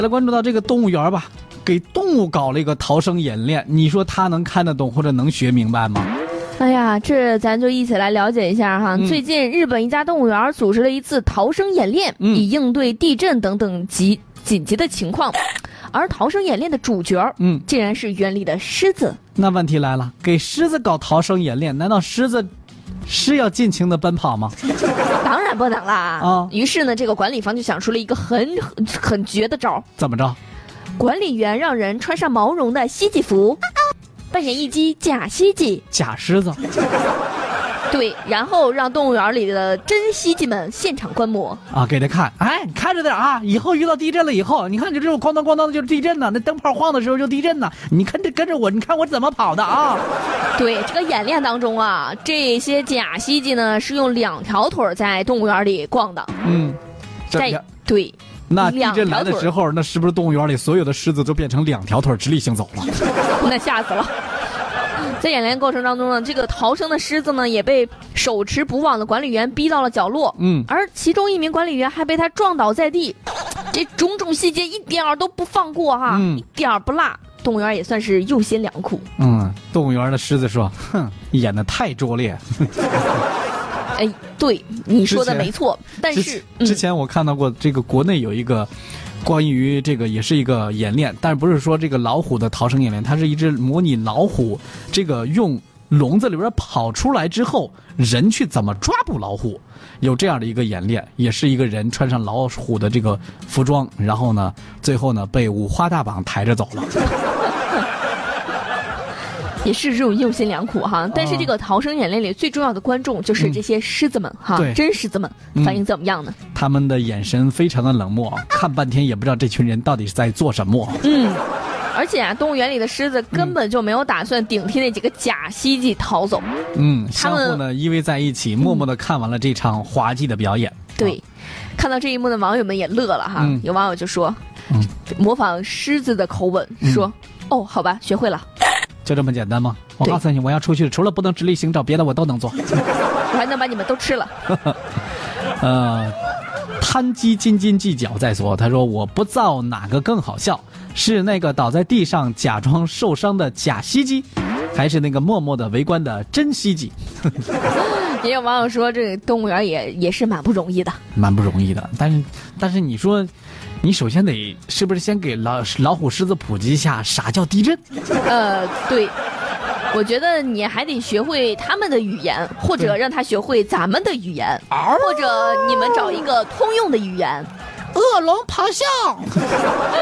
来关注到这个动物园吧，给动物搞了一个逃生演练，你说他能看得懂或者能学明白吗？ 哎呀，这咱就一起来了解一下哈。最近日本一家动物园组织了一次逃生演练，以应对地震等等紧急的情况。而逃生演练的主角，竟然是园里的狮子。 那问题来了，给狮子搞逃生演练，难道狮子是要尽情的奔跑吗？ 当然不能啦！于是呢，这个管理方就想出了一个很绝的招。 怎么着？ 管理员让人穿上毛绒的蜥蜴服，扮演一只假蜥蜴、 假狮子。 对，然后让动物园里的真蜥蜴们现场观摩啊，给他看，哎，你看着点啊，以后遇到地震了以后，你看就这种哐当哐当的就是地震呢，那灯泡晃的时候就地震呢，你看这跟着我，你看我怎么跑的啊？ 对，这个演练当中啊，这些假蜥蜴呢是用2条腿在动物园里逛的。对。 那地震来的时候，那是不是动物园里所有的狮子都变成2条腿直立行走了？ 那吓死了。在演练过程当中呢，这个逃生的狮子呢也被手持捕网的管理员逼到了角落，而其中一名管理员还被他撞倒在地，这种种细节一点儿都不放过哈，一点儿不落。动物园也算是用心良苦。 动物园的狮子说：“哼，演得太拙劣。” 哎，对，你说的没错，但是之前我看到过这个国内有一个。关于这个也是一个演练，但是不是说这个老虎的逃生演练，它是一只模拟老虎这个用笼子里边跑出来之后，人去怎么抓捕老虎，有这样的一个演练，也是一个人穿上老虎的这个服装，然后呢，最后呢被五花大绑抬着走了。 也是这种用心良苦哈，但是这个逃生演练里最重要的观众就是这些狮子们哈，真狮子们反应怎么样呢？ 他们的眼神非常的冷漠，看半天也不知道这群人到底是在做什么。 而且啊，动物园里的狮子根本就没有打算顶替那几个假蜥蜴逃走。 相互呢依偎在一起，默默的看完了这场滑稽的表演。 对，看到这一幕的网友们也乐了哈。有网友就说，模仿狮子的口吻说：“哦，好吧，学会了。” 就这么简单吗？我告诉你，我要出去，除了不能直立行走，别的我都能做。 我还能把你们都吃了。 贪鸡斤斤计较再说，他说我不造哪个更好笑，是那个倒在地上假装受伤的假蜥蜴，还是那个默默的围观的真蜥蜴？ 也有网友说，这个动物园也是蛮不容易的， 蛮不容易的。但是你说。你首先得是不是先给老虎狮子普及一下啥叫地震？ 对，我觉得你还得学会他们的语言，或者让他学会咱们的语言，或者你们找一个通用的语言。 恶龙咆哮。